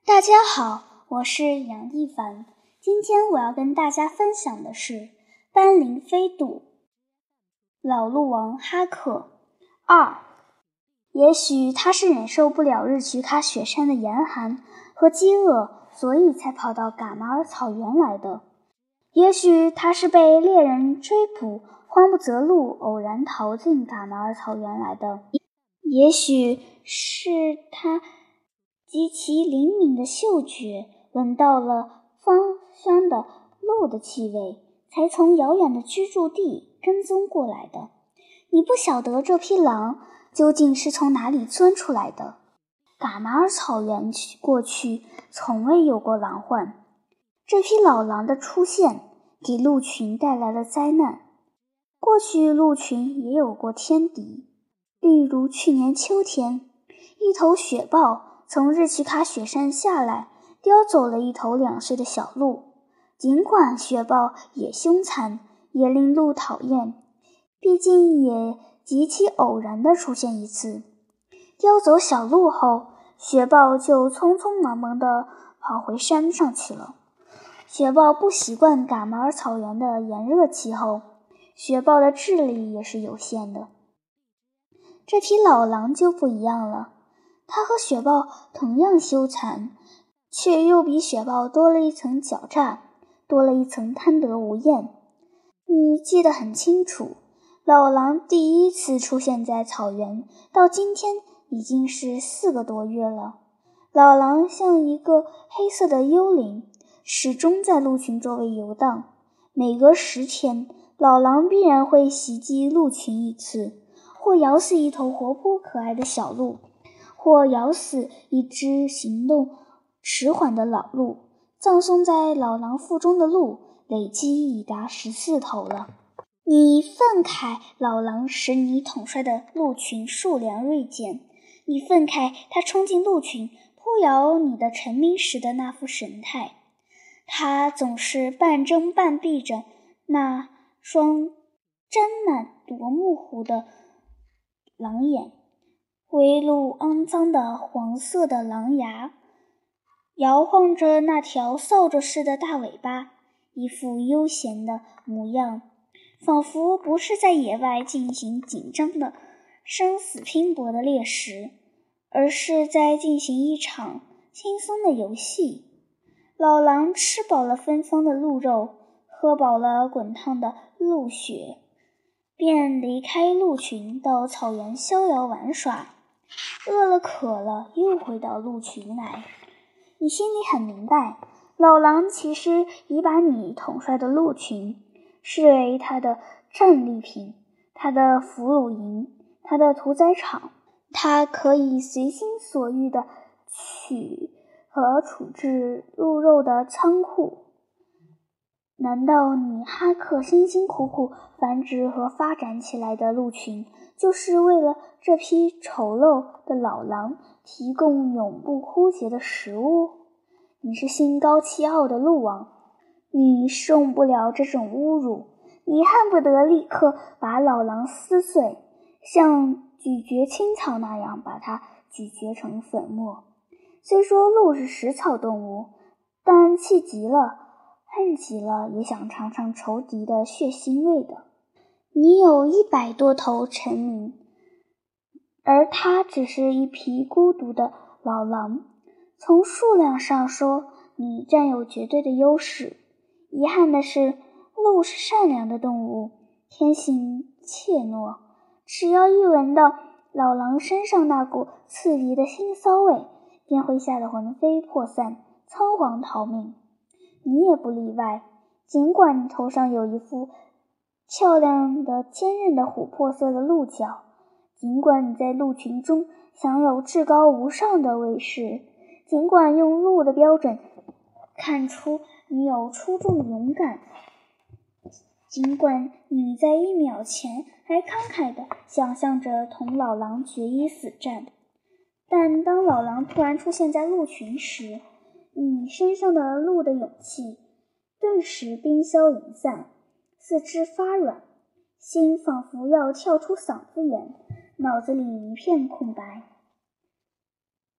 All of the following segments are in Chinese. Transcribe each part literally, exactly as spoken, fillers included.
大家好，我是杨一凡。今天我要跟大家分享的是斑羚飞渡。老鹿王哈克二。也许他是忍受不了日曲喀雪山的严寒和饥饿，所以才跑到噶玛尔草原来的。也许他是被猎人追捕，慌不择路，偶然逃进噶玛尔草原来的。也许是他极其灵敏的嗅觉闻到了芳香的鹿的气味，才从遥远的居住地跟踪过来的。你不晓得这匹狼究竟是从哪里钻出来的。噶玛尔草原过去从未有过狼患，这匹老狼的出现给鹿群带来了灾难。过去鹿群也有过天敌，例如去年秋天，一头雪豹从日曲喀雪山下来，叼走了一头两岁的小鹿。尽管雪豹也凶残，也令鹿讨厌，毕竟也极其偶然地出现一次。叼走小鹿后，雪豹就匆匆忙忙地跑回山上去了。雪豹不习惯噶玛尔草原的炎热气候，雪豹的智力也是有限的。这匹老狼就不一样了，它和雪豹同样凶残，却又比雪豹多了一层狡诈，多了一层贪得无厌。你记得很清楚，老狼第一次出现在草原，到今天已经是四个多月了。老狼像一个黑色的幽灵，始终在鹿群周围游荡。每隔十天，老狼必然会袭击鹿群一次，或咬死一头活泼可爱的小鹿，或咬死一只行动迟缓的老鹿。葬送在老狼腹中的鹿累积已达十四头了。你愤慨老狼使你统帅的鹿群数量锐减，你愤慨他冲进鹿群扑咬你的臣民时的那副神态。他总是半睁半闭着那双沾满夺目湖的狼眼，微露肮脏的黄色的狼牙，摇晃着那条扫帚似的大尾巴，一副悠闲的模样，仿佛不是在野外进行紧张的生死拼搏的猎食，而是在进行一场轻松的游戏。老狼吃饱了芬芳的鹿肉，喝饱了滚烫的鹿血，便离开鹿群到草原逍遥玩耍，饿了渴了又回到鹿群来。你心里很明白，老狼其实已把你统帅的鹿群视为他的战利品，他的俘虏营，他的屠宰场，他可以随心所欲地取和处置鹿肉的仓库。难道你哈克辛辛苦苦繁殖和发展起来的鹿群，就是为了这匹丑陋的老狼提供永不枯竭的食物？你是心高气傲的鹿王，你受不了这种侮辱，你恨不得立刻把老狼撕碎，像咀嚼青草那样把它咀嚼成粉末。虽说鹿是食草动物，但气急了恨极了也想尝尝仇敌的血腥味的。你有一百多头臣民，而他只是一匹孤独的老狼。从数量上说，你占有绝对的优势。遗憾的是，鹿是善良的动物，天性怯懦，只要一闻到老狼身上那股刺鼻的腥骚味，便会吓得魂飞魄散，仓皇逃命。你也不例外，尽管你头上有一副漂亮的坚韧的琥珀色的鹿角，尽管你在鹿群中享有至高无上的威势，尽管用鹿的标准看出你有出众的勇敢，尽管你在一秒前还慷慨地想象着同老狼决一死战，但当老狼突然出现在鹿群时，你身上的鹿的勇气顿时冰消云散，四肢发软，心仿佛要跳出嗓子眼，脑子里一片空白。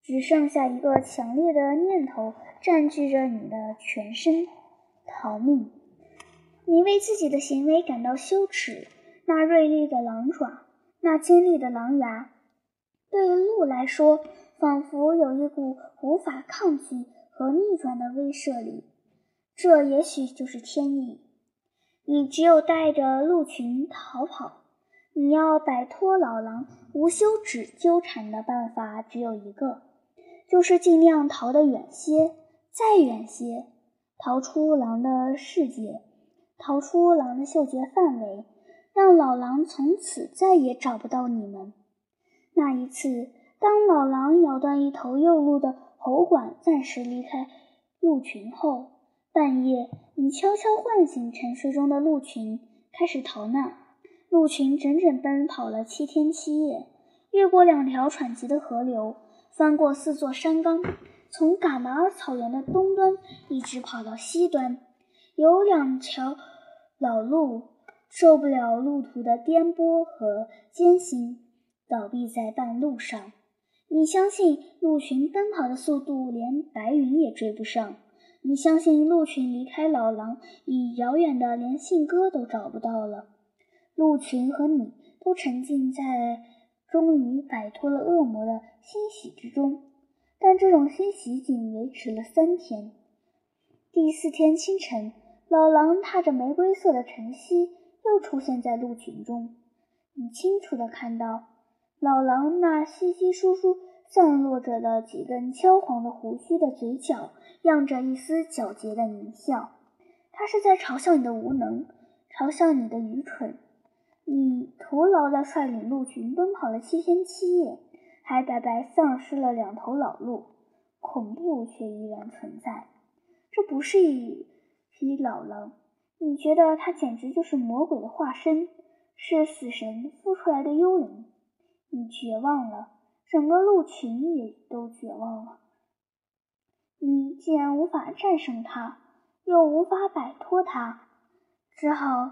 只剩下一个强烈的念头占据着你的全身：逃命。你为自己的行为感到羞耻，那锐利的狼爪，那尖利的狼牙，对于鹿来说，仿佛有一股无法抗拒和逆转的威慑力。这也许就是天意。你只有带着鹿群逃跑。你要摆脱老狼无休止纠缠的办法只有一个，就是尽量逃得远些，再远些，逃出狼的世界，逃出狼的嗅觉范围，让老狼从此再也找不到你们。那一次，当老狼咬断一头幼鹿的喉管，暂时离开鹿群后，半夜你悄悄唤醒沉睡中的鹿群，开始逃难。鹿群整整奔跑了七天七夜，越过两条湍急的河流，翻过四座山冈，从噶玛尔草原的东端一直跑到西端。有两条老鹿受不了路途的颠簸和艰辛，倒闭在半路上。你相信鹿群奔跑的速度连白云也追不上，你相信鹿群离开老狼已遥远的连信鸽都找不到了。鹿群和你都沉浸在终于摆脱了恶魔的欣喜之中，但这种欣喜仅维持了三天。第四天清晨，老狼踏着玫瑰色的晨曦又出现在鹿群中。你清楚地看到老狼那稀稀疏疏散落着的几根焦黄的胡须的嘴角漾着一丝皎洁的狞笑，他是在嘲笑你的无能，嘲笑你的愚蠢。你徒劳地率领鹿群奔跑了七天七夜，还白白丧失了两头老鹿，恐怖却依然存在。这不是一匹老狼，你觉得它简直就是魔鬼的化身，是死神孵出来的幽灵。你绝望了，整个鹿群也都绝望了。你既然无法战胜它，又无法摆脱它，只好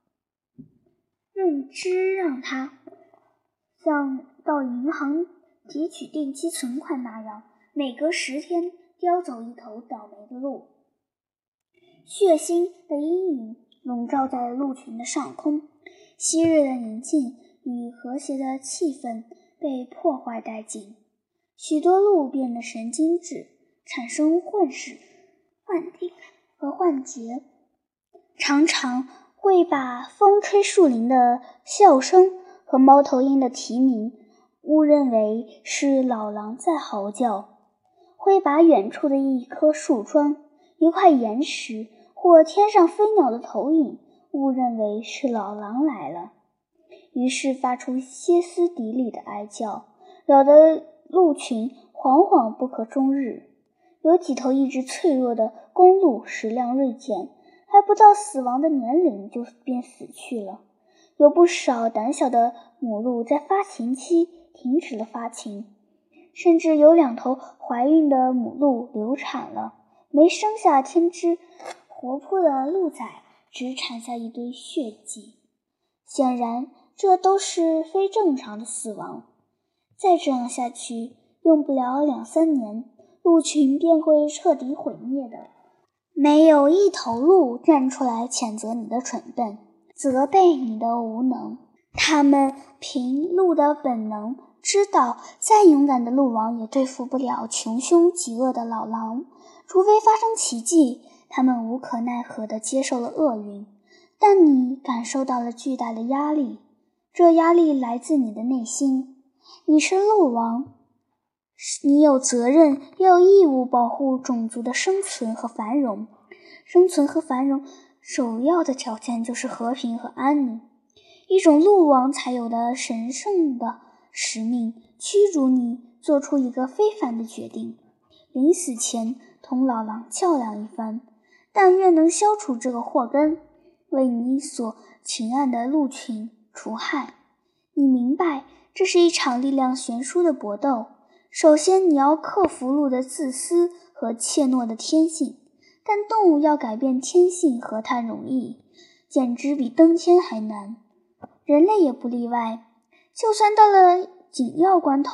认知让它像到银行提取定期存款那样，每隔十天叼走一头倒霉的鹿。血腥的阴影笼罩在鹿群的上空，昔日的宁静与和谐的气氛被破坏殆尽，许多鹿变得神经质，产生幻视、幻听和幻觉，常常会把风吹树林的笑声和猫头鹰的啼鸣误认为是老狼在嚎叫，会把远处的一棵树桩、一块岩石或天上飞鸟的投影误认为是老狼来了，于是发出歇斯底里的哀叫，扰得鹿群惶惶不可终日。有几头意志脆弱的公鹿食量锐减，还不到死亡的年龄就便死去了。有不少胆小的母鹿在发情期停止了发情，甚至有两头怀孕的母鹿流产了，没生下天只活泼的鹿崽，只产下一堆血迹。显然，这都是非正常的死亡。再这样下去，用不了两三年，鹿群便会彻底毁灭的。没有一头鹿站出来谴责你的蠢笨，责备你的无能。他们凭鹿的本能知道，再勇敢的鹿王也对付不了穷凶极恶的老狼，除非发生奇迹，他们无可奈何地接受了厄运。但你感受到了巨大的压力，这压力来自你的内心。你是鹿王，你有责任也有义务保护种族的生存和繁荣。生存和繁荣首要的条件就是和平和安宁。一种鹿王才有的神圣的使命驱逐你做出一个非凡的决定，临死前同老狼较量一番，但愿能消除这个祸根，为你所群爱的鹿群除害。你明白，这是一场力量悬殊的搏斗。首先，你要克服鹿的自私和怯懦的天性，但动物要改变天性何谈容易，简直比登天还难。人类也不例外，就算到了紧要关头，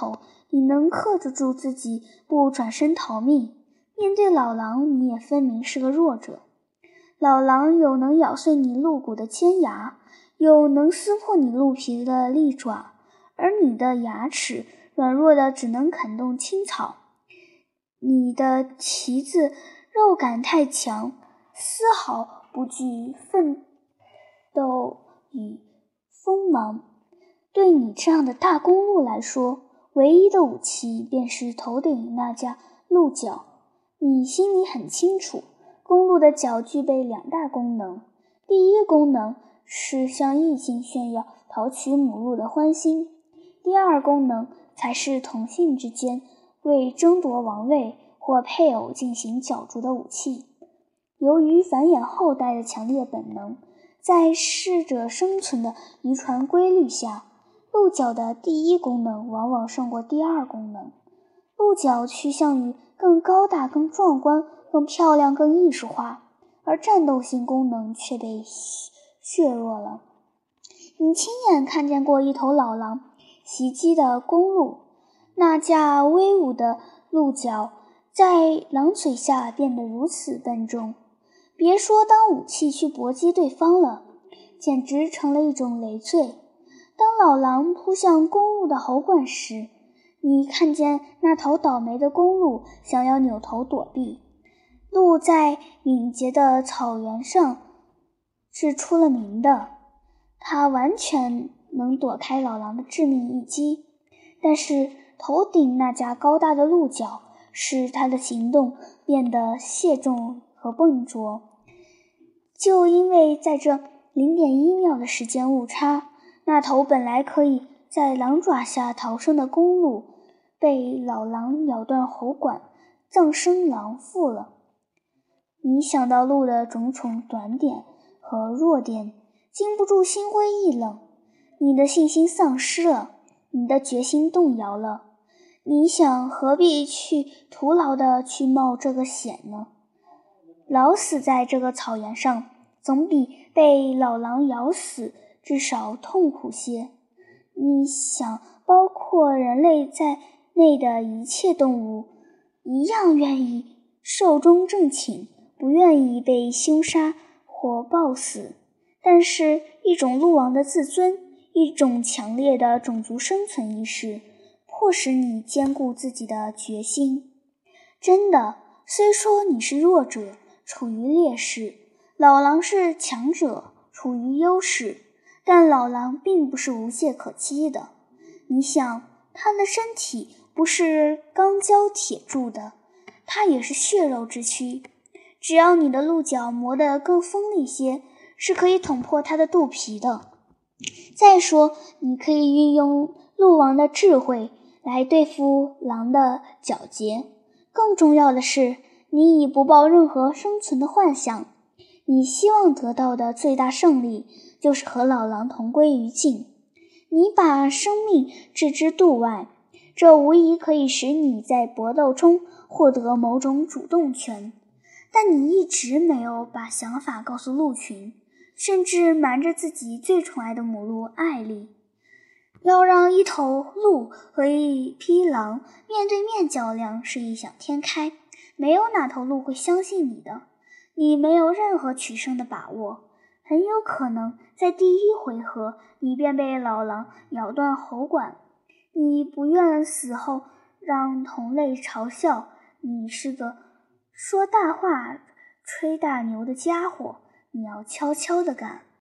你能克制住自己不转身逃命。面对老狼，你也分明是个弱者。老狼有能咬碎你鹿骨的尖牙，有能撕破你鹿皮的利爪，而你的牙齿软弱的只能啃动青草。你的蹄子肉感太强，丝毫不惧奋斗与锋芒。对你这样的大公鹿来说，唯一的武器便是头顶那架鹿角。你心里很清楚，公鹿的角具备两大功能。第一功能是向异性炫耀，讨取母鹿的欢心；第二功能才是同性之间为争夺王位或配偶进行角逐的武器。由于繁衍后代的强烈本能，在适者生存的遗传规律下，鹿角的第一功能往往胜过第二功能。鹿角趋向于更高大、更壮观、更漂亮、更艺术化，而战斗性功能却被削弱了。你亲眼看见过一头老狼袭击的公鹿，那架威武的鹿角在狼嘴下变得如此笨重，别说当武器去搏击对方了，简直成了一种累赘。当老狼扑向公鹿的喉管时，你看见那头倒霉的公鹿想要扭头躲避。鹿在敏捷的草原上是出了名的，它完全能躲开老狼的致命一击，但是头顶那架高大的鹿角使它的行动变得懈重和笨拙。就因为在这零点一秒的时间误差，那头本来可以在狼爪下逃生的公鹿被老狼咬断喉管，葬身狼腹了。你想到鹿的种种短点和弱点，禁不住心灰意冷。你的信心丧失了，你的决心动摇了。你想何必去徒劳地去冒这个险呢？老死在这个草原上，总比被老狼咬死至少痛苦些。你想，包括人类在内的一切动物一样愿意寿终正寝，不愿意被凶杀或暴死。但是一种鹿王的自尊，一种强烈的种族生存意识，迫使你兼顾自己的决心。真的，虽说你是弱者，处于劣势，老狼是强者，处于优势，但老狼并不是无懈可击的。你想，它的身体不是钢胶铁铸的，它也是血肉之躯。只要你的鹿角磨得更锋利些，是可以捅破它的肚皮的。再说，你可以运用鹿王的智慧来对付狼的皎洁。更重要的是，你已不抱任何生存的幻想，你希望得到的最大胜利就是和老狼同归于尽。你把生命置之度外，这无疑可以使你在搏斗中获得某种主动权，但你一直没有把想法告诉鹿群，甚至瞒着自己最宠爱的母鹿艾丽。要让一头鹿和一匹狼面对面较量是异想天开，没有哪头鹿会相信你的。你没有任何取胜的把握，很有可能在第一回合你便被老狼咬断喉管。你不愿死后让同类嘲笑你是个说大话吹大牛的家伙，你要悄悄地干。